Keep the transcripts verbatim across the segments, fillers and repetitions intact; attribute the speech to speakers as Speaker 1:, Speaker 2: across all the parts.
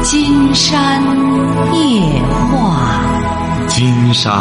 Speaker 1: 金山夜话，
Speaker 2: 金山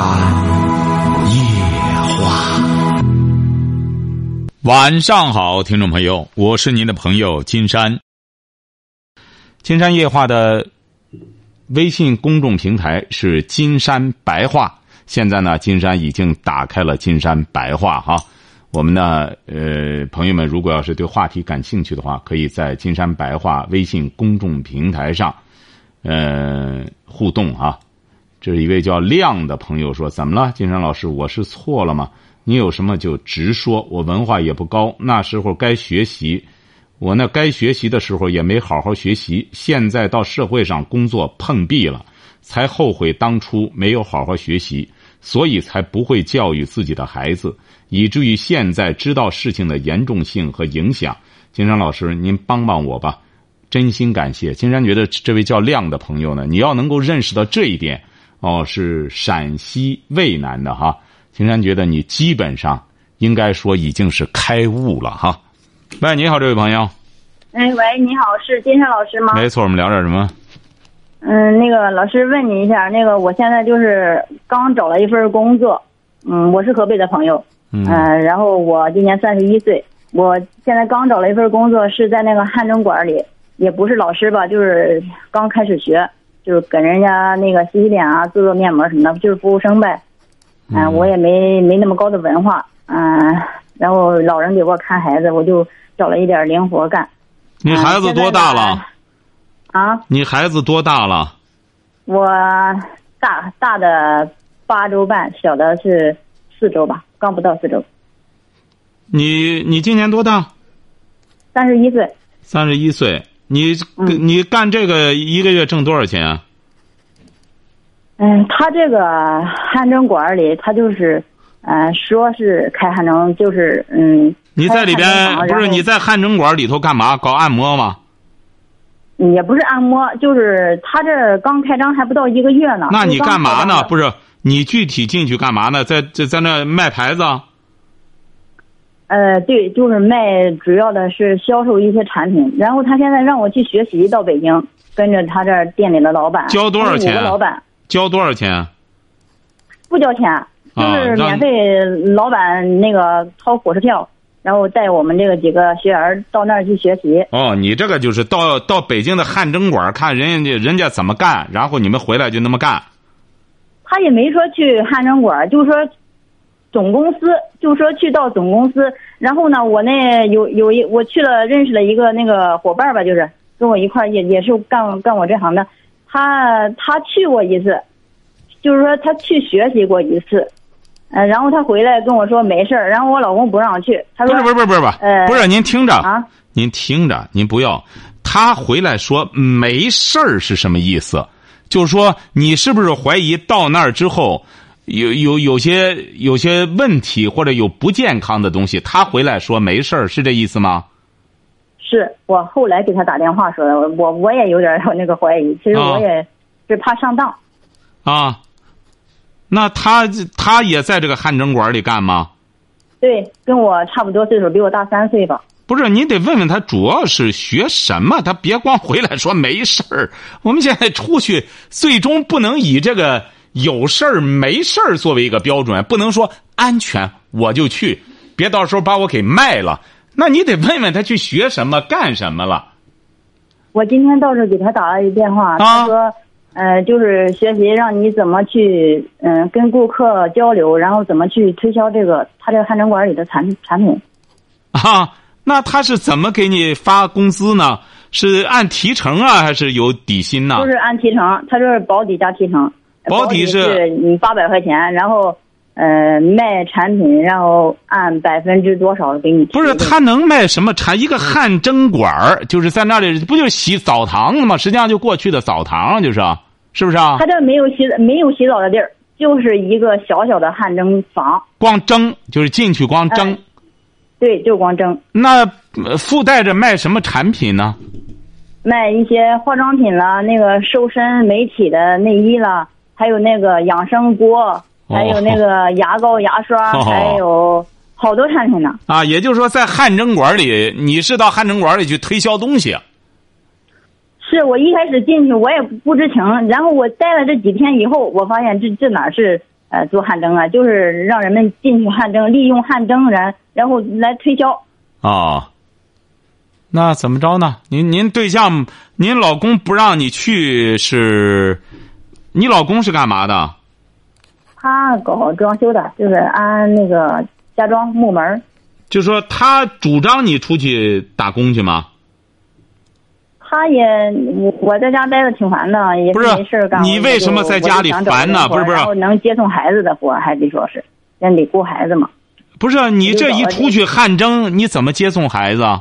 Speaker 2: 夜话。晚上好，听众朋友，我是您的朋友金山。金山夜话的微信公众平台是金山白话，现在呢，金山已经打开了金山白话哈。我们呢，呃，朋友们如果要是对话题感兴趣的话，可以在金山白话微信公众平台上，呃，互动哈。这是一位叫亮的朋友说：“怎么了，金山老师？我是错了吗？你有什么就直说。我文化也不高，那时候该学习，我那该学习的时候也没好好学习。现在到社会上工作碰壁了，才后悔当初没有好好学习。”所以才不会教育自己的孩子，以至于现在知道事情的严重性和影响。金山老师，您帮帮我吧，真心感谢。金山觉得这位叫亮的朋友呢，你要能够认识到这一点，哦，是陕西渭南的哈。金山觉得你基本上应该说已经是开悟了哈。喂，你好，这位朋友。
Speaker 3: 哎，喂，你好，是金山老师吗？
Speaker 2: 没错，我们聊点什么？
Speaker 3: 嗯，那个老师问你一下，那个我现在就是刚找了一份工作，嗯，我是河北的朋友，嗯、呃，然后我今年三十一岁，我现在刚找了一份工作，是在那个汗蒸馆里，也不是老师吧，就是刚开始学，就是跟人家那个洗洗脸啊、做做面膜什么的，就是服务生呗，嗯、呃，我也没没那么高的文化，嗯、呃，然后老人给我看孩子，我就找了一点零活干。
Speaker 2: 你孩子多大了？呃
Speaker 3: 啊，
Speaker 2: 你孩子多大了？
Speaker 3: 我大大的八周半，小的是四周吧，刚不到四周。
Speaker 2: 你你今年多大？
Speaker 3: 三十一岁。
Speaker 2: 三十一岁，你、
Speaker 3: 嗯、
Speaker 2: 你干这个一个月挣多少钱啊？
Speaker 3: 嗯，他这个汗蒸馆里，他就是，呃，说是开汗蒸，就是嗯。
Speaker 2: 你在里边不是你在汗蒸馆里头干嘛？搞按摩吗？
Speaker 3: 也不是按摩，就是他这刚开张还不到一个月呢。
Speaker 2: 那你干嘛呢？不是你具体进去干嘛呢？在在在那卖牌子？
Speaker 3: 呃，对，就是卖，主要的是销售一些产品。然后他现在让我去学习，到北京跟着他这儿店里的老板。
Speaker 2: 交多少钱？
Speaker 3: 五个老板。
Speaker 2: 交多少钱？
Speaker 3: 不交钱，就是免费。老板那个掏火车票。然后带我们这个几个学员到那儿去学习。
Speaker 2: 哦，你这个就是到到北京的汗蒸馆看人家人家怎么干，然后你们回来就那么干。
Speaker 3: 他也没说去汗蒸馆，就说总公司，就说去到总公司。然后呢，我那有有一我去了，认识了一个那个伙伴吧，就是跟我一块也也是干干我这行的。他他去过一次，就是说他去学习过一次。呃，然后他回来跟我说没事儿，然后我老公不让去，他说
Speaker 2: 不是不是不是不是，呃，不是您听着
Speaker 3: 啊，
Speaker 2: 您听着，您不要，他回来说没事儿是什么意思？就是说你是不是怀疑到那儿之后有有有些有些问题或者有不健康的东西？他回来说没事儿，是这意思吗？
Speaker 3: 是我后来给他打电话说的，我我也有点那个怀疑，其实我也是怕上当
Speaker 2: 啊。那他他也在这个汗蒸馆里干吗？
Speaker 3: 对，跟我差不多岁数，比我大三岁吧。
Speaker 2: 不是，你得问问他主要是学什么，他别光回来说没事儿。我们现在出去，最终不能以这个有事儿没事儿作为一个标准，不能说安全我就去，别到时候把我给卖了。那你得问问他去学什么干什么了。
Speaker 3: 我今天倒是给他打了一电话，
Speaker 2: 啊、
Speaker 3: 他说呃，就是学习让你怎么去嗯、呃、跟顾客交流，然后怎么去推销这个他这个汗蒸馆里的产产品。
Speaker 2: 啊，那他是怎么给你发工资呢？是按提成啊，还是有底薪呢？
Speaker 3: 就是按提成，他就是保底加提成。
Speaker 2: 保底
Speaker 3: 是你八百块钱，然后呃卖产品，然后按百分之多少给你。
Speaker 2: 不是他能卖什么产？一个汗蒸馆儿，就是在那里，不就是洗澡堂子吗？实际上就过去的澡堂，就是是不是啊？
Speaker 3: 他这没有洗没有洗澡的地儿，就是一个小小的汗蒸房。
Speaker 2: 光蒸就是进去光蒸。呃、
Speaker 3: 对，就光蒸。
Speaker 2: 那附带着卖什么产品呢？
Speaker 3: 卖一些化妆品啦，那个瘦身美体的内衣啦，还有那个养生锅，还有那个牙膏、牙刷，
Speaker 2: 哦、
Speaker 3: 还有好多产品呢。
Speaker 2: 啊，也就是说，在汗蒸馆里，你是到汗蒸馆里去推销东西。
Speaker 3: 是我一开始进去我也不知情，然后我待了这几天以后，我发现这这哪是呃做汗蒸啊，就是让人们进去汗蒸，利用汗蒸然然后来推销。
Speaker 2: 哦，那怎么着呢？您您对象，您老公不让你去是？你老公是干嘛的？
Speaker 3: 他搞装修的，就是安那个家装木门。
Speaker 2: 就说他主张你出去打工去吗？
Speaker 3: 他也，我我在家待着挺烦的，也是没事干。
Speaker 2: 你为什么在家里烦呢？不是不是，
Speaker 3: 然后能接送孩子的活，还得说是，人得顾孩子嘛。
Speaker 2: 不是你这一出去汗蒸，你怎么接送孩子？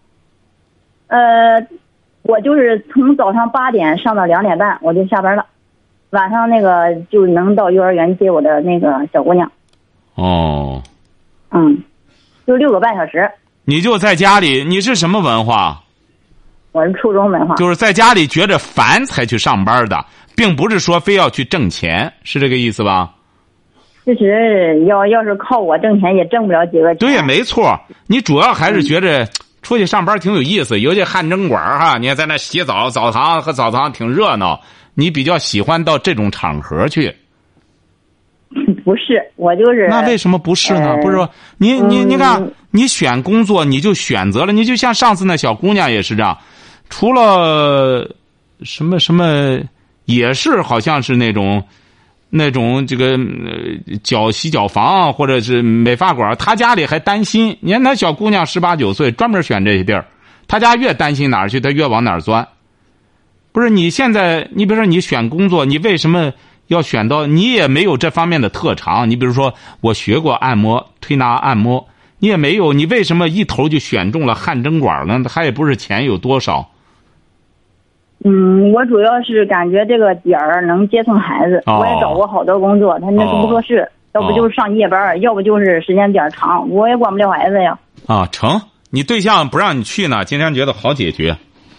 Speaker 3: 呃，我就是从早上八点上到两点半，我就下班了。晚上那个就能到幼儿园接我的那个小姑娘。
Speaker 2: 哦。
Speaker 3: 嗯，就六个半小时。
Speaker 2: 你就在家里，你是什么文化？
Speaker 3: 我是初中文化。
Speaker 2: 就是在家里觉着烦才去上班的，并不是说非要去挣钱，是这个意思吧？
Speaker 3: 其实要要是靠我挣钱，也挣不了几个钱。
Speaker 2: 对呀，没错。你主要还是觉着出去上班挺有意思，尤其汗蒸馆哈，你看在那洗澡，澡堂和澡堂挺热闹，你比较喜欢到这种场合去。
Speaker 3: 不是，我就是。
Speaker 2: 那为什么不是呢？呃、不是说你你你看，嗯、你选工作你就选择了，你就像上次那小姑娘也是这样，除了什么什么，也是好像是那种那种这个呃脚洗脚房或者是美发馆，她家里还担心。你看那小姑娘十八九岁，专门选这些地儿，她家越担心哪儿去，她越往哪儿钻。不是你现在，你比如说你选工作，你为什么？要选到你也没有这方面的特长，你比如说我学过按摩推拿按摩，你也没有，你为什么一头就选中了汗蒸馆呢？还也不是钱有多少。
Speaker 3: 嗯，我主要是感觉这个点儿能接送孩子，
Speaker 2: 哦、
Speaker 3: 我也找过好多工作，他那都不合适，哦、要不就是上夜班，哦、要不就是时间点长，我也管不了孩子呀。
Speaker 2: 啊，成，你对象不让你去呢，今天觉得好解决，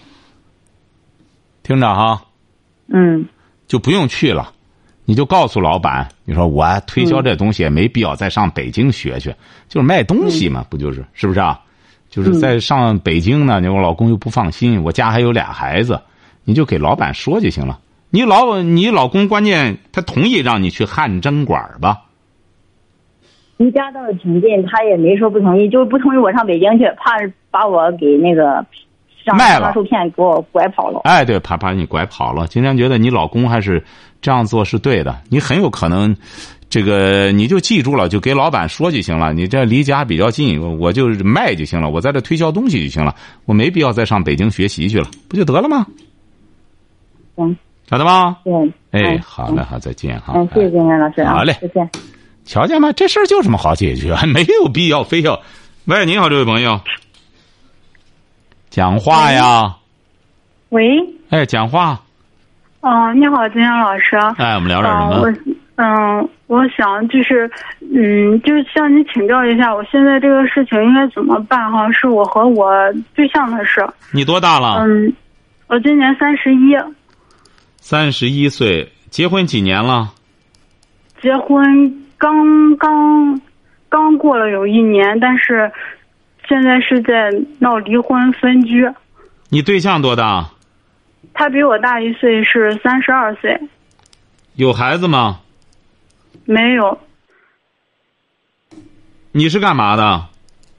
Speaker 2: 听着哈。
Speaker 3: 嗯。
Speaker 2: 就不用去了。你就告诉老板，你说我推销这东西也没必要再上北京学去，嗯、就是卖东西嘛，不就是是不是啊？就是在上北京呢，你我老公又不放心，我家还有俩孩子，你就给老板说就行了。你老你老公关键他同意让你去汗蒸馆吧？
Speaker 3: 离家倒是挺近，他也没说不同意，就是不同意我上北京去，怕把我给那个上上受骗给我拐跑了。
Speaker 2: 哎，对，怕把你拐跑了。今天觉得你老公还是。这样做是对的，你很有可能，这个你就记住了，就给老板说就行了。你这离家比较近，我就卖就行了，我在这推销东西就行了，我没必要再上北京学习去了，不就得了吗？
Speaker 3: 嗯，
Speaker 2: 晓得吗？
Speaker 3: 对。
Speaker 2: 哎，好嘞，好，再见哈。
Speaker 3: 嗯，谢谢金山老师啊。
Speaker 2: 好嘞，
Speaker 3: 再见。
Speaker 2: 瞧见吗？这事儿就这么好解决，没有必要非要。喂，你好，这位朋友。讲话呀。
Speaker 4: 喂。
Speaker 2: 哎，讲话。
Speaker 4: 哦，你好，金山老师。
Speaker 2: 哎，我们聊点什么？
Speaker 4: 我嗯，我想就是，嗯，就是向你请教一下，我现在这个事情应该怎么办哈？是我和我对象的事。
Speaker 2: 你多大了？
Speaker 4: 嗯，我今年三十一。
Speaker 2: 三十一岁，结婚几年了？
Speaker 4: 结婚刚刚刚过了有一年，但是现在是在闹离婚分居。
Speaker 2: 你对象多大？
Speaker 4: 他比我大一岁，是三十二岁。
Speaker 2: 有孩子吗？
Speaker 4: 没有。
Speaker 2: 你是干嘛的？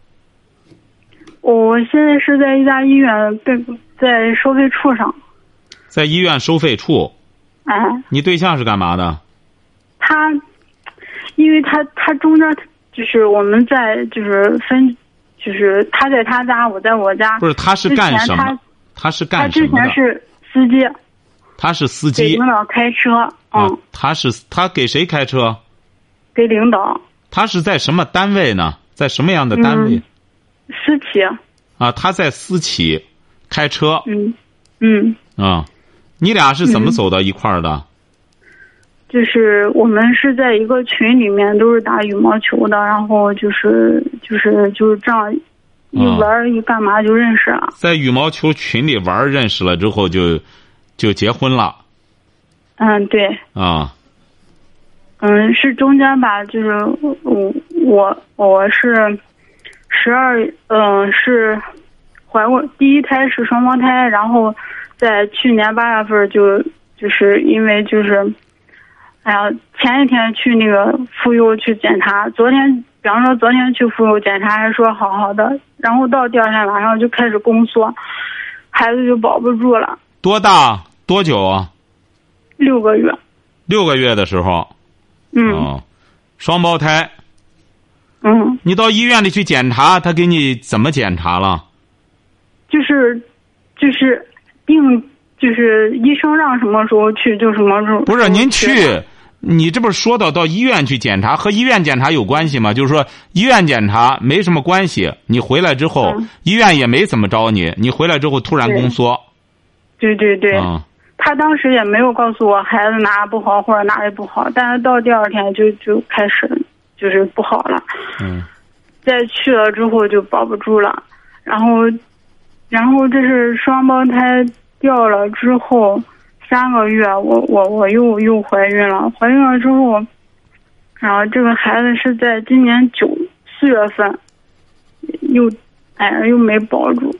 Speaker 4: 我现在是在一家医院，在在收费处上。
Speaker 2: 在医院收费处。
Speaker 4: 哎。
Speaker 2: 你对象是干嘛的？
Speaker 4: 他，因为他他中间就是我们在就是分，就是他在他家，我在我家。
Speaker 2: 不是，他是干什么？他是干什么的？
Speaker 4: 他之前是司机。
Speaker 2: 他是司机。
Speaker 4: 给领导开车。嗯。
Speaker 2: 啊、他是他给谁开车？
Speaker 4: 给领导。
Speaker 2: 他是在什么单位呢？在什么样的单位？
Speaker 4: 嗯、私企。
Speaker 2: 啊，他在私企开车。
Speaker 4: 嗯嗯。
Speaker 2: 啊，你俩是怎么走到一块儿的？
Speaker 4: 嗯、就是我们是在一个群里面，都是打羽毛球的，然后就是就是就是这样一玩一干嘛就认识了。
Speaker 2: 在羽毛球群里玩认识了之后就就结婚了。
Speaker 4: 嗯，对。
Speaker 2: 啊。
Speaker 4: 嗯，是中间吧，就是我我我是十二，嗯，是怀过第一胎是双胞胎，然后在去年八月份就就是因为就是，哎呀，前一天去那个妇幼去检查，昨天比方说昨天去妇幼检查还说好好的，然后到第二天晚上就开始宫缩，孩子就保不住了。
Speaker 2: 多大？多久啊？
Speaker 4: 六个月。
Speaker 2: 六个月的时候。
Speaker 4: 嗯。
Speaker 2: 哦，双胞胎。
Speaker 4: 嗯。
Speaker 2: 你到医院里去检查，他给你怎么检查了？
Speaker 4: 就是就是病，就是医生让什么时候去就什么时候。
Speaker 2: 不是您去，你这不是说到到医院去检查，和医院检查有关系吗？就是说医院检查没什么关系，你回来之后、嗯、医院也没怎么着你，你回来之后突然宫缩。
Speaker 4: 对对对。
Speaker 2: 嗯。
Speaker 4: 他当时也没有告诉我孩子哪不好或者哪里不好，但是到第二天就就开始就是不好了。
Speaker 2: 嗯。
Speaker 4: 再去了之后就保不住了，然后。然后这是双胞胎掉了之后三个月，我我我又又怀孕了。怀孕了之后，然后这个孩子是在今年九四月份，又哎呀又没保住。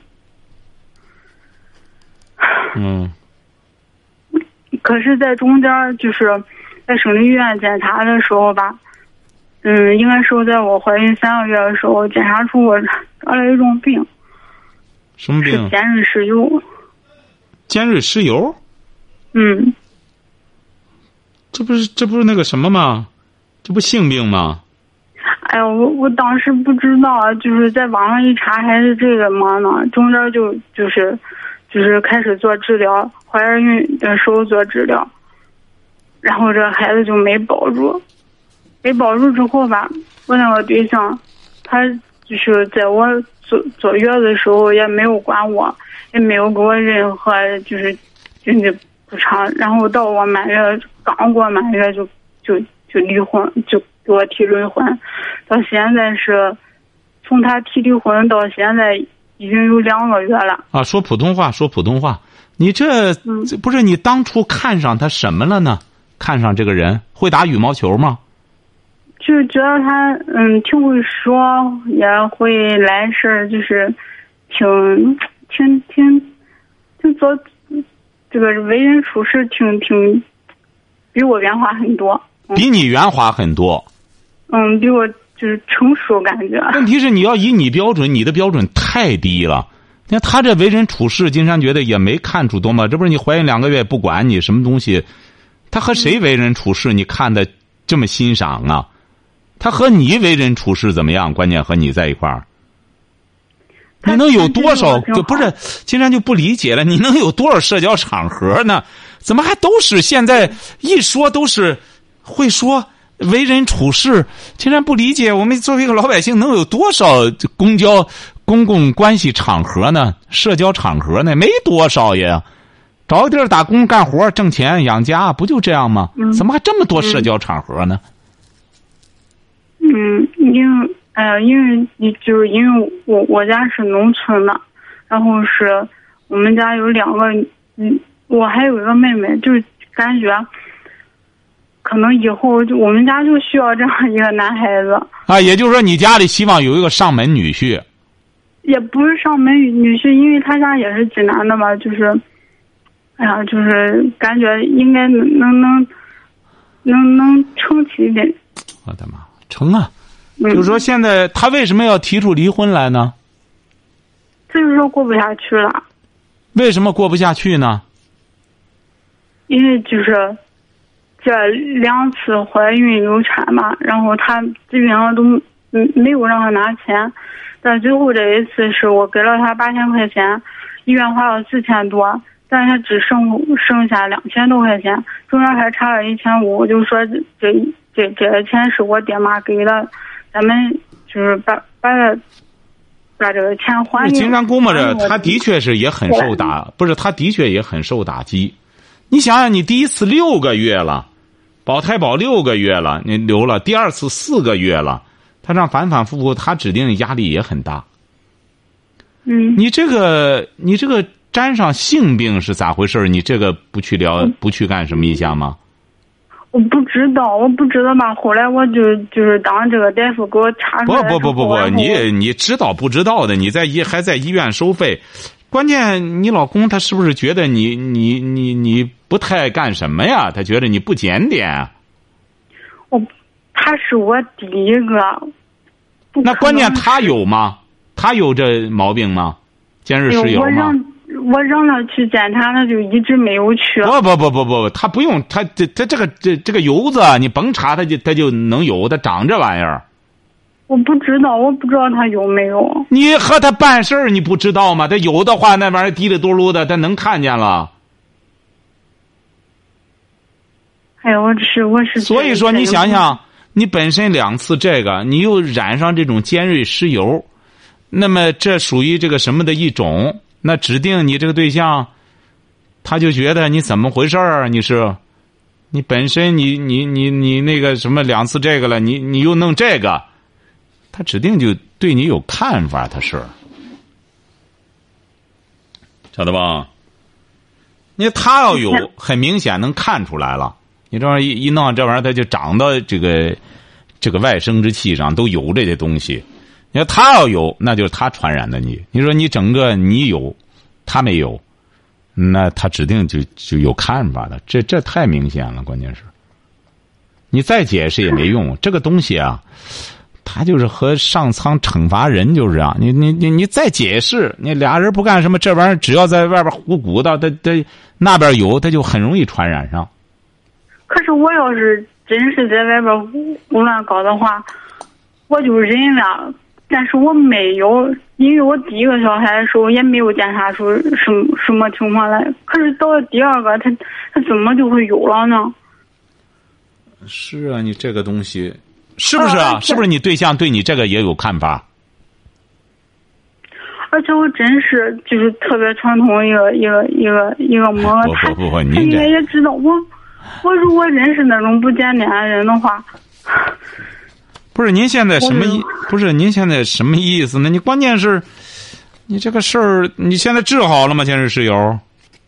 Speaker 2: 嗯。
Speaker 4: 可是，在中间就是在省立医院检查的时候吧，嗯，应该是在我怀孕三个月的时候，检查出我得了一种病。
Speaker 2: 什么病？
Speaker 4: 是尖锐湿疣。
Speaker 2: 尖锐湿疣？
Speaker 4: 嗯。
Speaker 2: 这不是这不是那个什么吗？这不性病吗？
Speaker 4: 哎呦，我我当时不知道，就是在网上一查还是这个嘛呢，中间就就是就是开始做治疗，怀孕的时候做治疗，然后这孩子就没保住，没保住之后吧，我那个对象，他就是在我。坐坐月子的时候也没有管我，也没有给我任何就是经济补偿，然后到我满月刚过满月就就就离婚，就给我提离婚，到现在是从他提离婚到现在已经有两个月了。
Speaker 2: 啊，说普通话，说普通话，你这、嗯、不是你当初看上他什么了呢？看上这个人会打羽毛球吗？
Speaker 4: 就觉得他嗯挺会说，也会来事儿，就是挺挺挺挺做这个为人处事挺挺比我圆滑很多。
Speaker 2: 嗯、比你圆滑很多。
Speaker 4: 嗯，比我就是成熟感觉。
Speaker 2: 问题是你要以你标准，你的标准太低了。你看他这为人处事，金山觉得也没看出多么，这不是你怀孕两个月不管你什么东西，他和谁为人处事你看的这么欣赏啊？他和你为人处事怎么样？关键和你在一块儿，你能有多少个？不是，金山就不理解了。你能有多少社交场合呢？怎么还都是现在一说都是会说为人处事？金山不理解，我们作为一个老百姓，能有多少公交公共关系场合呢？社交场合呢？没多少呀。找个地儿打工干活挣钱养家，不就这样吗？
Speaker 4: 嗯、
Speaker 2: 怎么还这么多社交场合呢？
Speaker 4: 嗯，因为哎呀，因为你就是因为我我家是农村的，然后是我们家有两个，嗯，我还有一个妹妹，就是感觉可能以后就我们家就需要这样一个男孩子
Speaker 2: 啊。也就是说，你家里希望有一个上门女婿？
Speaker 4: 也不是上门女婿，因为他家也是济南的吧，就是，哎呀，就是感觉应该能能能能能撑起一点。
Speaker 2: 我的妈！成啊，就是说现在他为什么要提出离婚来呢？
Speaker 4: 就是说过不下去了。
Speaker 2: 为什么过不下去呢？
Speaker 4: 因为就是这两次怀孕流产嘛，然后他基本上都嗯没有让他拿钱，但最后这一次是我给了他八千块钱，医院花了四千多，但是他只剩剩下两千多块钱，中间还差了一千五，我就说这这。这这个钱是我爹妈给的，咱们就是把把把这个钱还。
Speaker 2: 金山估摸着他的确是也很受打，不是他的确也很受打击。你想想，你第一次六个月了，保胎保六个月了，你留了；第二次四个月了，他这样反反复复，他指定压力也很大。
Speaker 4: 嗯，
Speaker 2: 你这个你这个沾上性病是咋回事？你这个不去聊，不去干什么一下吗？
Speaker 4: 我不知道，我不知道吧。后来我就就是当这个大夫给我查出来。
Speaker 2: 不不不不不，你你知道不知道的？你在医还在医院收费， 关键你老公他是不是觉得你你你你不太干什么呀？他觉得你不检点啊？
Speaker 4: 我他是我第一个。
Speaker 2: 那关键他有吗？他有这毛病吗？尖锐湿疣吗？
Speaker 4: 我让我让他去检查，他就一直没有去。
Speaker 2: 不不不不不，他不用，他这他这个这这个疣子，你甭查，他就他就能有，他长这玩意儿。
Speaker 4: 我不知道，我不知道他有没有。
Speaker 2: 你和他办事儿，你不知道吗？他有的话，那玩意儿滴里嘟噜的，他能看见了。
Speaker 4: 哎呀，我是我是。
Speaker 2: 所以说，你想想，你本身两次这个，你又染上这种尖锐湿疣，那么这属于这个什么的一种？那指定你这个对象，他就觉得你怎么回事儿？你是，你本身你你你你那个什么两次这个了，你你又弄这个，他指定就对你有看法，他是，晓得吧？你他要有，很明显能看出来了。你这玩意儿一一弄这玩意儿，他就长到这个这个外生殖器上都有这些东西。你说他要有，那就是他传染的你。你说你整个你有，他没有，那他指定就就有看法了。这这太明显了，关键是，你再解释也没用。这个东西啊，他就是和上苍惩罚人就是这样。你你你你再解释，你俩人不干什么，这玩意儿只要在外边胡鼓捣，他他那边有，他就很容易传染上。
Speaker 4: 可是我要是真是在外边胡胡乱搞的话，我就忍了。但是我没有，因为我第一个小孩的时候也没有检查出什么什么情况来。可是到了第二个，他他怎么就会有了呢？
Speaker 2: 是啊，你这个东西是不是啊？啊是不是你对象对你这个也有看法？
Speaker 4: 而且我真是就是特别传统一个一个一个一个模子，他
Speaker 2: 不不不，
Speaker 4: 他应该也知道我我如果认识那种不检点的人的话。
Speaker 2: 不是您现在什么意？不是您现在什么意思呢？你关键是，你这个事儿，你现在治好了吗？尖锐湿疣？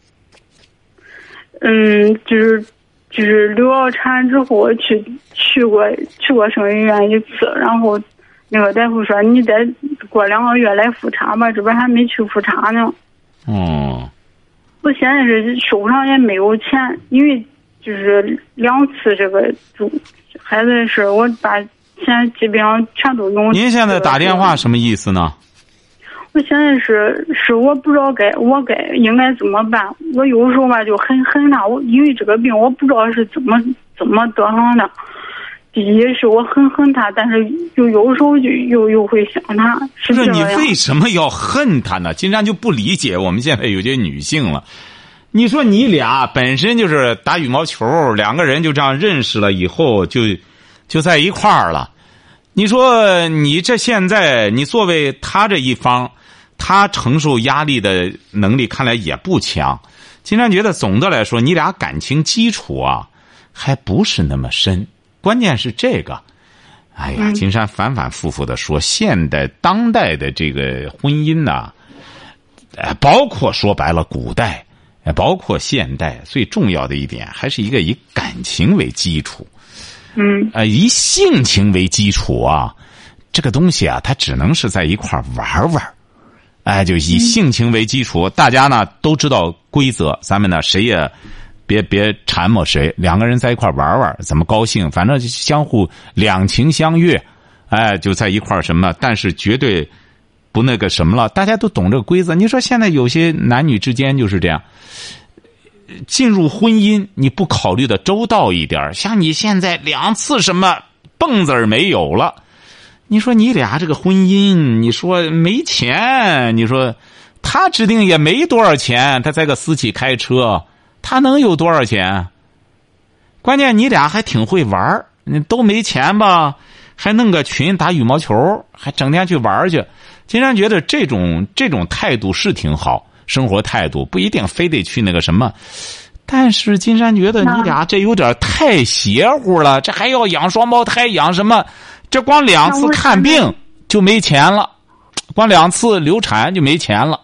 Speaker 4: 嗯，就是就是流了产之后去去过去过生医院一次，然后那个大夫说你再过两个月来复查吧，这边还没去复查呢。
Speaker 2: 哦。
Speaker 4: 我现在是手上也没有钱，因为就是两次这个就孩子的事，我把。现在基本上全都用。
Speaker 2: 您现在打电话什么意思呢？
Speaker 4: 我现在是是我不知道该我该应该怎么办。我有时候吧就很恨他，我因为这个病我不知道是怎么怎么得上的。第一是我很恨他，但是又有时候就又又会想他。
Speaker 2: 是不是你为什么要恨他呢？金山就不理解我们现在有些女性了。你说你俩本身就是打羽毛球，两个人就这样认识了以后就。就在一块儿了，你说你这现在你作为他这一方，他承受压力的能力看来也不强。金山觉得总的来说，你俩感情基础啊，还不是那么深。关键是这个，哎呀，金山反反复复的说，现代当代的这个婚姻呐、啊，包括说白了古代，包括现代，最重要的一点还是一个以感情为基础。
Speaker 4: 嗯，
Speaker 2: 呃，以性情为基础啊，这个东西啊，它只能是在一块玩玩，哎，就以性情为基础，大家呢都知道规则，咱们呢谁也别别缠磨谁，两个人在一块玩玩，怎么高兴，反正相互两情相悦，哎，就在一块什么，但是绝对不那个什么了，大家都懂这个规则。你说现在有些男女之间就是这样。进入婚姻，你不考虑的周到一点，像你现在两次什么蹦子儿没有了，你说你俩这个婚姻，你说没钱，你说他指定也没多少钱，他在个私企开车，他能有多少钱？关键你俩还挺会玩，你都没钱吧，还弄个群打羽毛球，还整天去玩去。金山觉得这种这种态度是挺好。生活态度不一定非得去那个什么，但是金山觉得你俩这有点太邪乎了，这还要养双胞胎，养什么？这光两次看病就没钱了，光两次流产就没钱了。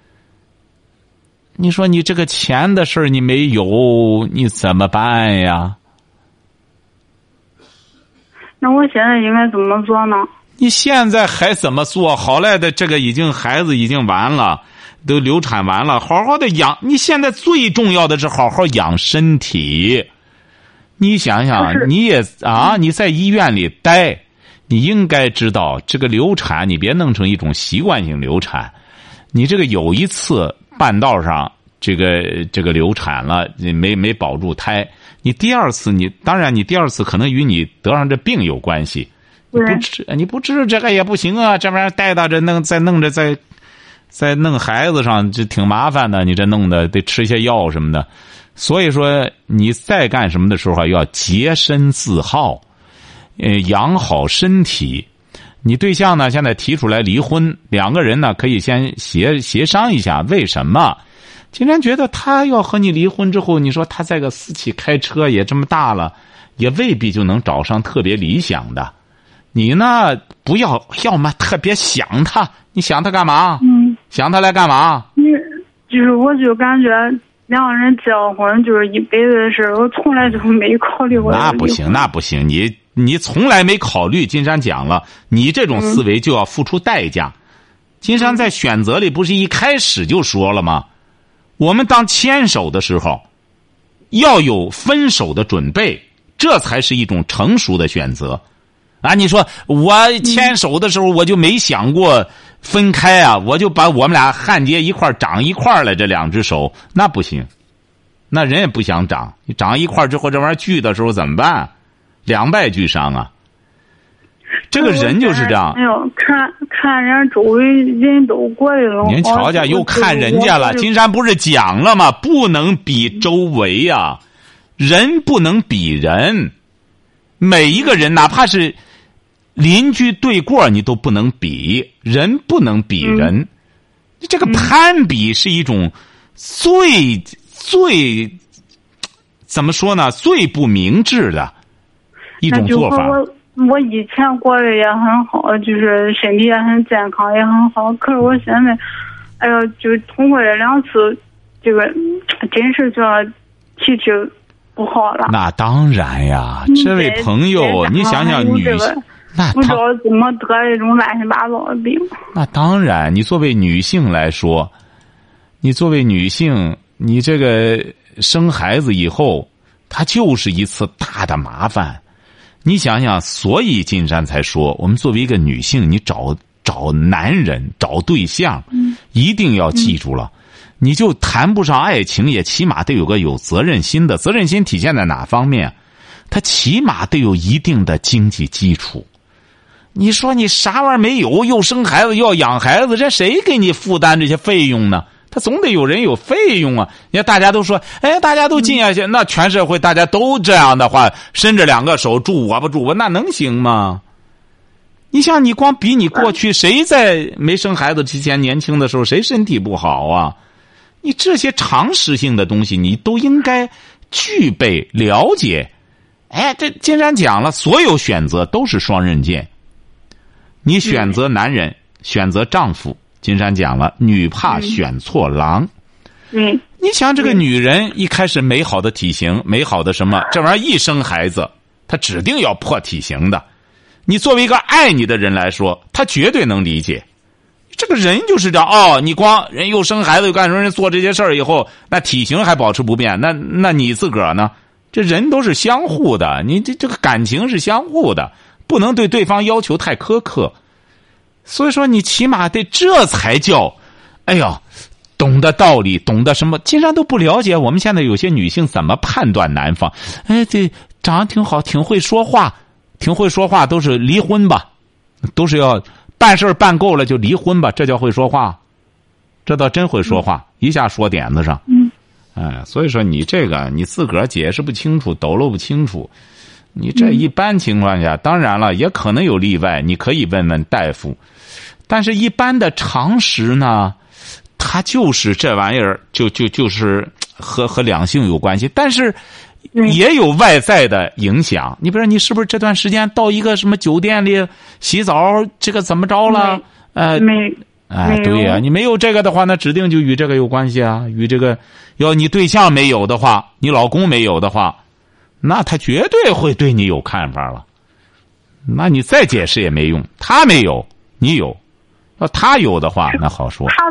Speaker 2: 你说你这个钱的事儿你没有，你怎么办呀？
Speaker 4: 那我现在应该怎么做呢？
Speaker 2: 你现在还怎么做？好赖的这个已经孩子已经完了。 都流产完了，好好的养。你现在最重要的是好好养身体。你想想，你也啊，你在医院里待，你应该知道这个流产，你别弄成一种习惯性流产。你这个有一次半道上这个这个流产了，你没没保住胎，你第二次你当然你第二次可能与你得上这病有关系。你不治你不治这个也不行啊，这玩意儿带到这弄再弄着再再弄孩子上，这挺麻烦的。你这弄的得吃些药什么的。所以说你再干什么的时候要洁身自好，呃，养好身体。你对象呢现在提出来离婚，两个人呢可以先协协商一下为什么。竟然觉得他要和你离婚之后，你说他在个私企开车也这么大了，也未必就能找上特别理想的。你呢不要要么特别想他，你想他干嘛？嗯，想他来干嘛？
Speaker 4: 你就是我就感觉两个人结婚就是一辈子的事，我从来就没考虑过。
Speaker 2: 那不行，那不行，你你从来没考虑。金山讲了，你这种思维就要付出代价。嗯、金山在选择里不是一开始就说了吗？我们当牵手的时候，要有分手的准备，这才是一种成熟的选择。啊，你说我牵手的时候我就没想过分开啊，我就把我们俩焊接一块长一块了，这两只手那不行，那人也不想长，你长一块之后这玩意儿聚的时候怎么办？两败俱伤啊。这个人就是这样。
Speaker 4: 哎呦，看看人家周围人都过得了，
Speaker 2: 您瞧见又看人家了。金山不是讲了吗？不能比周围呀、啊，人不能比人，每一个人哪怕是邻居对过你都不能比，人不能比人。嗯、这个攀比是一种最最怎么说呢？最不明智的一种做法。
Speaker 4: 我以前过得也很好，就是身体也很健康，也很好。可是我现在，哎呀，就通过这两次，这个真是觉得体质不好了。
Speaker 2: 那当然呀，这位朋友，你想想女性，那
Speaker 4: 不知道怎么得这种乱七八糟的病。
Speaker 2: 那当然，你作为女性来说，你作为女性，你这个生孩子以后，它就是一次大的麻烦。你想想，所以金山才说，我们作为一个女性，你找找男人、找对象，嗯、一定要记住了，嗯、你就谈不上爱情，也起码得有个有责任心的。责任心体现在哪方面？他起码得有一定的经济基础。你说你啥玩意儿没有，又生孩子要养孩子，这谁给你负担这些费用呢？他总得有人有费用啊！你看大家都说，哎，大家都静下去，那全社会大家都这样的话，伸着两个手助我不助我，那能行吗？你像你光比你过去，谁在没生孩子之前年轻的时候，谁身体不好啊？你这些常识性的东西，你都应该具备了解。哎，这金山讲了，所有选择都是双刃剑。你选择男人，选择丈夫。金山讲了，女怕选错郎。
Speaker 4: 嗯，
Speaker 2: 你想这个女人一开始美好的体型，美好的什么，这玩意儿一生孩子，她指定要破体型的。你作为一个爱你的人来说，她绝对能理解。这个人就是这样哦，你光人又生孩子又干什么，人做这些事儿以后，那体型还保持不变，那那你自个儿呢？这人都是相互的，你这这个感情是相互的，不能对对方要求太苛刻。所以说，你起码得这才叫，哎呀，懂得道理，懂得什么？金山都不了解。我们现在有些女性怎么判断男方？哎，这长得挺好，挺会说话，挺会说话，都是离婚吧，都是要办事办够了就离婚吧，这叫会说话？这倒真会说话，一下说点子上。
Speaker 4: 嗯，
Speaker 2: 哎，所以说你这个你自个儿解释不清楚，抖搂不清楚。你这一般情况下，当然了，也可能有例外，你可以问问大夫。但是，一般的常识呢，它就是这玩意儿，就就就是和和两性有关系。但是，也有外在的影响。你比如说，你是不是这段时间到一个什么酒店里洗澡，这个怎么着了？呃，
Speaker 4: 没，
Speaker 2: 哎，对呀、啊，你没有这个的话，那指定就与这个有关系啊。与这个，要你对象没有的话，你老公没有的话，那他绝对会对你有看法了。那你再解释也没用，他没有，你有。要他有的话，那好说。
Speaker 4: 他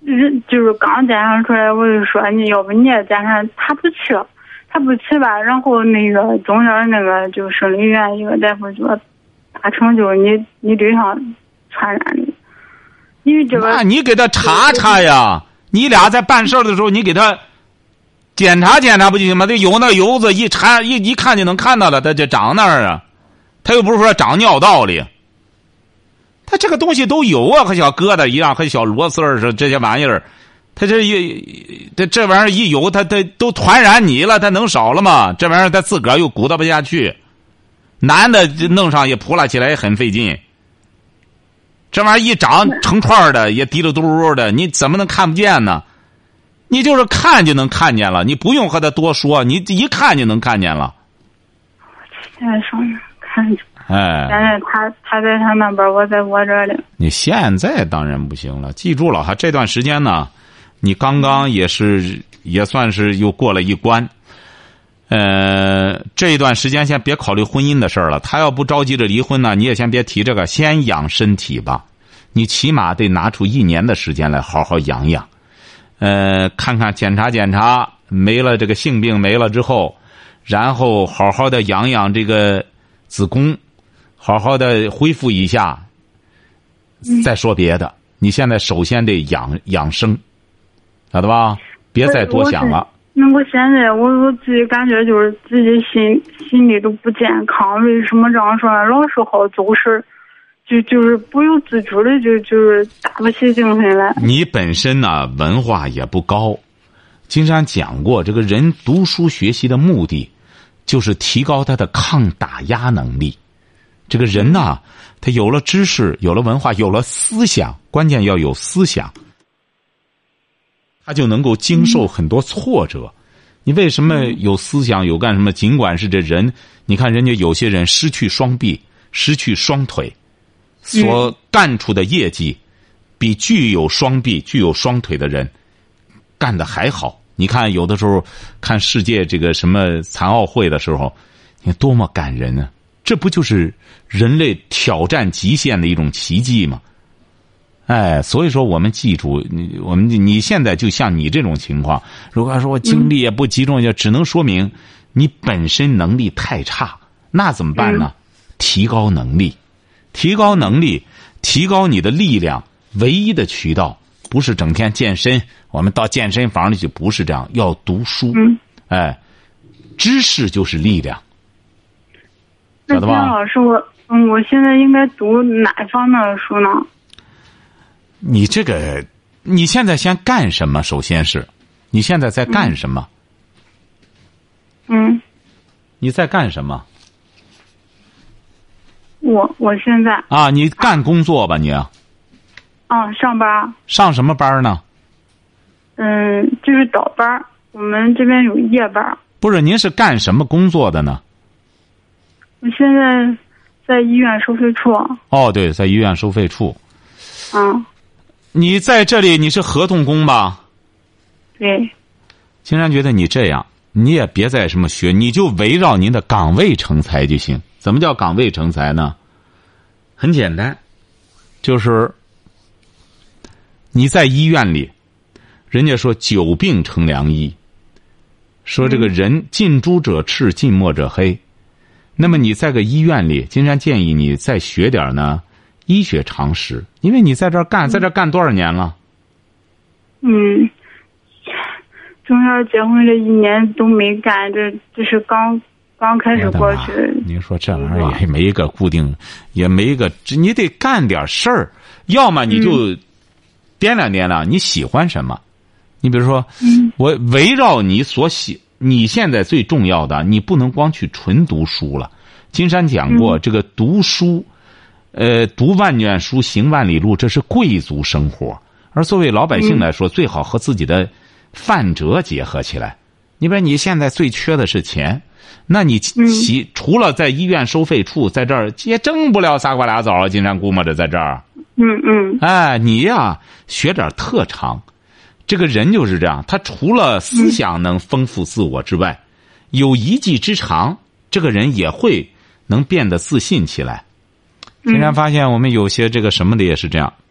Speaker 4: 人就是刚检查出来，我就说你要不你也检查，他不去，他不去吧，然后那个中间那个就生理院一个大夫说，大成就是你你对象传染的，因为这个。
Speaker 2: 那你给他查查呀，你俩在办事的时候，你给他检查检查不就行吗？这有那油子一查一一看就能看到了，他就长那儿啊，他又不是说长尿道里。他这个东西都有啊，和小疙瘩一样，和小螺丝儿似的这些玩意儿，他这一这这玩意儿一有，他他都传染你了，他能少了吗？这玩意儿他自个儿又鼓捣不下去，男的弄上也扑拉起来也很费劲。这玩意儿一长成串的也滴溜嘟嘟的，你怎么能看不见呢？你就是看就能看见了，你不用和他多说，你一看就能看见了。
Speaker 4: 现在上面看着。
Speaker 2: 哎，
Speaker 4: 现在他他在他那边，我在我这里。
Speaker 2: 你现在当然不行了，记住了哈，这段时间呢，你刚刚也是也算是又过了一关。呃，这一段时间先别考虑婚姻的事儿了，他要不着急着离婚呢，你也先别提这个，先养身体吧。你起码得拿出一年的时间来好好养养，呃，看看检查检查，没了这个性病没了之后，然后好好的养养这个子宫。好好的恢复一下，再说别的。你现在首先得养养生，晓得吧？别再多想了。
Speaker 4: 那我现在我我自己感觉就是自己心心里都不健康，为什么这样说呢？老是好走神，就就是不由自主的就就是打不起精神来。
Speaker 2: 你本身呢文化也不高，金山讲过，这个人读书学习的目的就是提高他的抗打压能力。这个人呐，他有了知识，有了文化，有了思想，关键要有思想，他就能够经受很多挫折。你为什么有思想，有干什么？尽管是这人，你看人家有些人失去双臂，失去双腿，所干出的业绩，比具有双臂、具有双腿的人干的还好。你看，有的时候看世界这个什么残奥会的时候，你看多么感人啊！这不就是人类挑战极限的一种奇迹吗？哎，所以说我们记住，你我们你现在就像你这种情况，如果说我精力也不集中，就只能说明你本身能力太差。那怎么办呢？提高能力，提高能力，提高你的力量。唯一的渠道不是整天健身，我们到健身房里去，不是这样，要读书。哎，知识就是力量。
Speaker 4: 那金老师，我嗯，我现在应该读哪方面的书呢？
Speaker 2: 你这个，你现在先干什么？首先是，你现在在干什么？
Speaker 4: 嗯。
Speaker 2: 你在干什么？
Speaker 4: 我我现在
Speaker 2: 啊，你干工作吧你？啊，
Speaker 4: 上班。
Speaker 2: 上什么班呢？
Speaker 4: 嗯，就是倒班，我们这边有夜班。
Speaker 2: 不是，您是干什么工作的呢？
Speaker 4: 我现在在医院收费处。
Speaker 2: 哦，对，在医院收费处。
Speaker 4: 嗯。
Speaker 2: 你在这里，你是合同工吧？
Speaker 4: 对。
Speaker 2: 金山觉得你这样，你也别再什么学，你就围绕您的岗位成才就行。怎么叫岗位成才呢？很简单，就是你在医院里，人家说久病成良医，说这个人近朱者赤，近墨者黑。那么你在个医院里，金山建议你再学点呢医学常识，因为你在这儿干，在这儿干多少年了？
Speaker 4: 嗯，中间结婚这一年都没干，这这是刚刚开始过去。
Speaker 2: 您说这玩意儿也没一个固定，也没一个，你得干点事儿，要么你就掂量掂量你喜欢什么。你比如说，
Speaker 4: 嗯、
Speaker 2: 我围绕你所喜。你现在最重要的，你不能光去纯读书了。金山讲过，
Speaker 4: 嗯、
Speaker 2: 这个读书，呃，读万卷书，行万里路，这是贵族生活。而作为老百姓来说，嗯、最好和自己的范辙结合起来。你比如你现在最缺的是钱，那你其、嗯、除了在医院收费处，在这儿也挣不了仨瓜俩枣啊。金山估摸着在这儿，
Speaker 4: 嗯嗯，
Speaker 2: 哎，你呀，学点特长。这个人就是这样，他除了思想能丰富自我之外，嗯、有一技之长，这个人也会能变得自信起来。竟然发现我们有些这个什么的也是这样，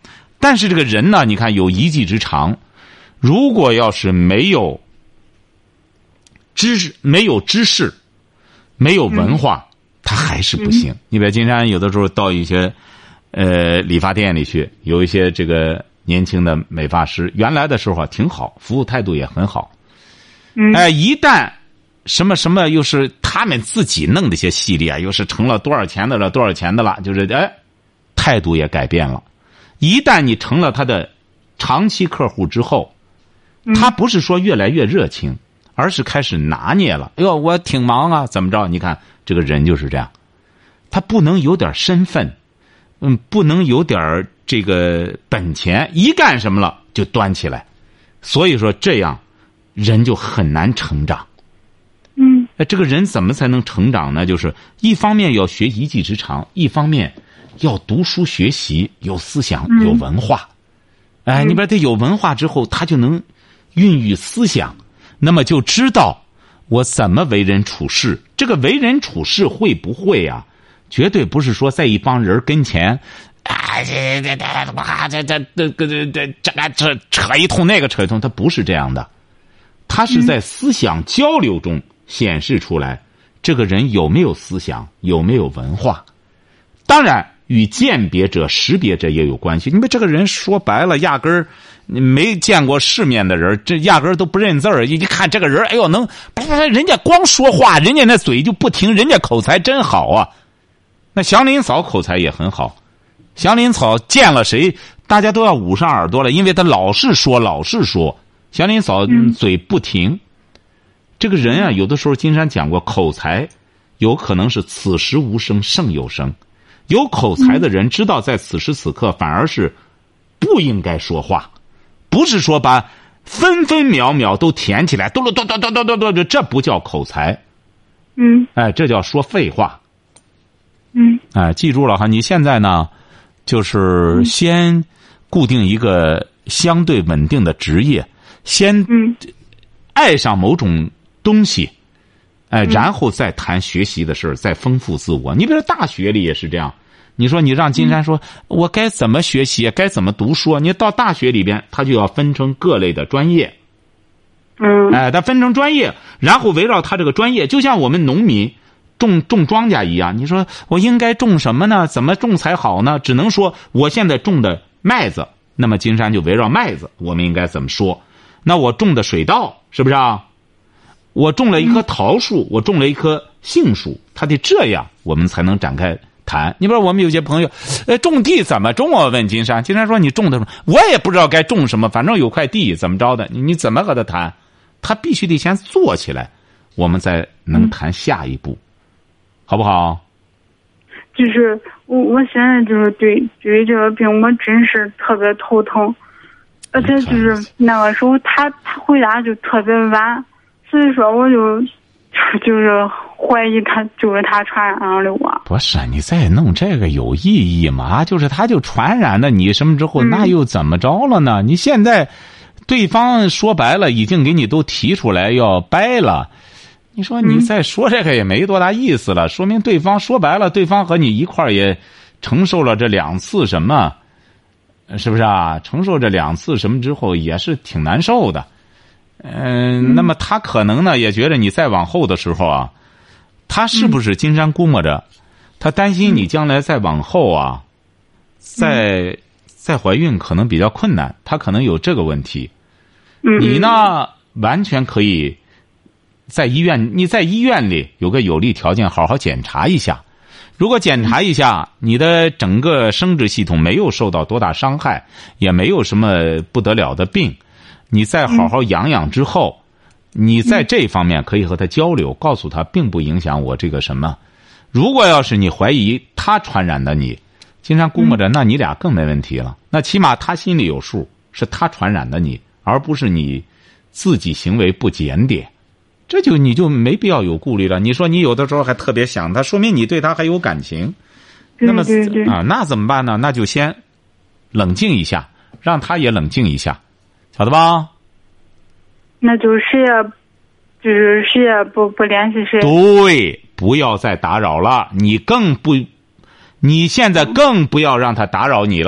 Speaker 2: 但是这个人呢，你看有一技之长，如果要是没有知识、没有知识、没有文化，他还是不行。你比如金山有的时候到一些呃理发店里去，有一些这个年轻的美发师，原来的时候啊挺好，服务态度也很好。哎、呃，一旦什么什么又是他们自己弄的一些系列，又是成了多少钱的了，多少钱的了，就是哎，态度也改变了。一旦你成了他的长期客户之后，他不是说越来越热情，而是开始拿捏了。哎呦，我挺忙啊，怎么着？你看这个人就是这样，他不能有点身份，嗯，不能有点这个本钱，一干什么了就端起来。所以说这样人就很难成长。
Speaker 4: 嗯，
Speaker 2: 这个人怎么才能成长呢？就是一方面要学一技之长，一方面要读书学习，有思想，有文化。嗯、哎，你比如他有文化之后，他就能孕育思想，那么就知道我怎么为人处事。这个为人处事会不会啊？绝对不是说在一帮人跟前，啊，这这这哇，这这这这这这这扯一通那个扯一通，他不是这样的。他是在思想交流中显示出来，这个人有没有思想，有没有文化。当然与鉴别者识别者也有关系。你们这个人说白了压根儿没见过世面的人，这压根儿都不认字儿，一看这个人，哎呦能不是人家光说话，人家那嘴就不停，人家口才真好啊。那祥林嫂口才也很好，祥林嫂见了谁大家都要捂上耳朵了，因为他老是说老是说，祥林嫂嘴不停、嗯、这个人啊，有的时候金山讲过，口才有可能是此时无声胜有声。有口才的人知道在此时此刻反而是不应该说话，不是说把分分秒秒都填起来，嘟噜嘟嘟嘟嘟嘟嘟，这不叫口才。
Speaker 4: 嗯，
Speaker 2: 哎，这叫说废话。
Speaker 4: 嗯，
Speaker 2: 哎，记住了哈，你现在呢，就是先固定一个相对稳定的职业，先爱上某种东西，哎，然后再谈学习的事儿，再丰富自我。你比如说大学里也是这样，你说你让金山说、嗯、我该怎么学习，该怎么读书，你到大学里边他就要分成各类的专业。
Speaker 4: 嗯，
Speaker 2: 哎，他分成专业，然后围绕他这个专业，就像我们农民种种庄稼一样，你说我应该种什么呢？怎么种才好呢？只能说我现在种的麦子，那么金山就围绕麦子，我们应该怎么说？那我种的水稻是不是啊？我种了一棵桃树，我种了一棵杏树，它得这样，我们才能展开谈。你比如我们有些朋友，呃，种地怎么种啊？问金山，金山说你种的什么？我也不知道该种什么，反正有块地，怎么着的？你你怎么和他谈？他必须得先做起来，我们再能谈下一步，好不好？
Speaker 4: 就是我我现在就是对对这个病，我真是特别头疼，而且就是那个时候他他回答就特别晚。所以说，我就就是怀疑他就是他传染了我。
Speaker 2: 不是你再弄这个有意义吗？就是他就传染了你什么之后，嗯、那又怎么着了呢？你现在对方说白了已经给你都提出来要掰了，你说你再说这个也没多大意思了，嗯、说明对方说白了，对方和你一块儿也承受了这两次什么，是不是啊？承受这两次什么之后也是挺难受的。嗯、呃，那么他可能呢也觉得你再往后的时候啊，他是不是金山估摸着，他担心你将来再往后啊，再再怀孕可能比较困难，他可能有这个问题。你呢完全可以在医院，你在医院里有个有利条件好好检查一下，如果检查一下你的整个生殖系统没有受到多大伤害，也没有什么不得了的病，你再好好养养之后，你在这方面可以和他交流，告诉他并不影响我这个什么。如果要是你怀疑他传染的你，金山估摸着那你俩更没问题了，那起码他心里有数，是他传染的你，而不是你自己行为不检点，这就你就没必要有顾虑了。你说你有的时候还特别想他，说明你对他还有感情。那么
Speaker 4: 对对对
Speaker 2: 啊，那怎么办呢？那就先冷静一下，让他也冷静一下，晓得吧？
Speaker 4: 那就谁也就是谁也不不联系谁。
Speaker 2: 对，不要再打扰了，你更不，你现在更不要让他打扰你了，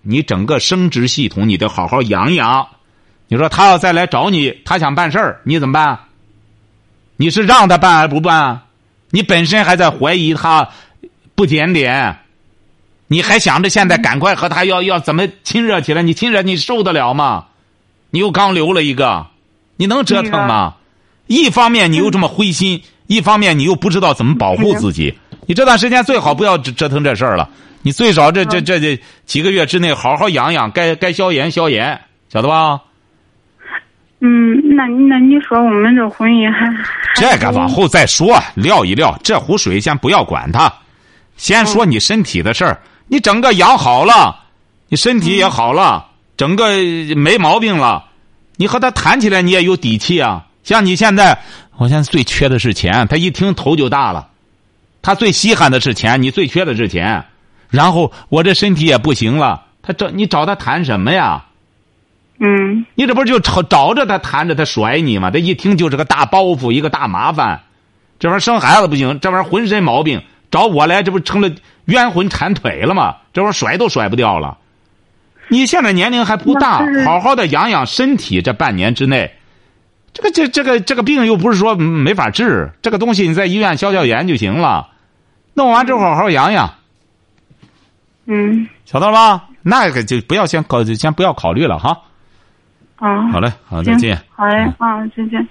Speaker 2: 你整个生殖系统你得好好养养。你说他要再来找你，他想办事儿，你怎么办？你是让他办还是不办？你本身还在怀疑他不检点，你还想着现在赶快和他要要怎么亲热起来？你亲热你受得了吗？你又刚留了一个，你能折腾吗？一方面你又这么灰心，一方面你又不知道怎么保护自己。你这段时间最好不要折腾这事儿了。你最少这这这这几个月之内好好养养，该该消炎消炎，晓得吧？
Speaker 4: 嗯，那那你说我们这婚姻还
Speaker 2: 这个往后再说，撂一撂，这壶水先不要管它，先说你身体的事儿。你整个养好了，你身体也好了，整个没毛病了，你和他谈起来你也有底气啊。像你现在，我现在最缺的是钱，他一听头就大了。他最稀罕的是钱，你最缺的是钱。然后我这身体也不行了，他找你找他谈什么呀？
Speaker 4: 嗯，
Speaker 2: 你这不是就找找着他谈着他甩你吗？这一听就是个大包袱，一个大麻烦。这玩意儿生孩子不行，这玩意儿浑身毛病，找我来这不成了冤魂缠腿了吗？这玩意儿甩都甩不掉了。你现在年龄还不大，好好的养养身体，这半年之内，这个这这个这个病又不是说没法治，这个东西你在医院消消炎就行了。弄完之后好好养养。
Speaker 4: 嗯，
Speaker 2: 晓得了吧？那个就不要先考，先不要考虑了哈。
Speaker 4: 啊，
Speaker 2: 好嘞，好，再见。
Speaker 4: 好嘞，啊，再见。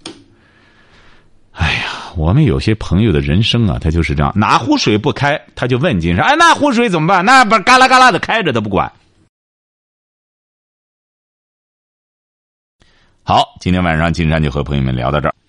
Speaker 2: 哎呀，我们有些朋友的人生啊，他就是这样，哪壶水不开，他就问金山，哎，那壶水怎么办？那不嘎啦嘎啦的开着，他不管。好，今天晚上金山就和朋友们聊到这儿。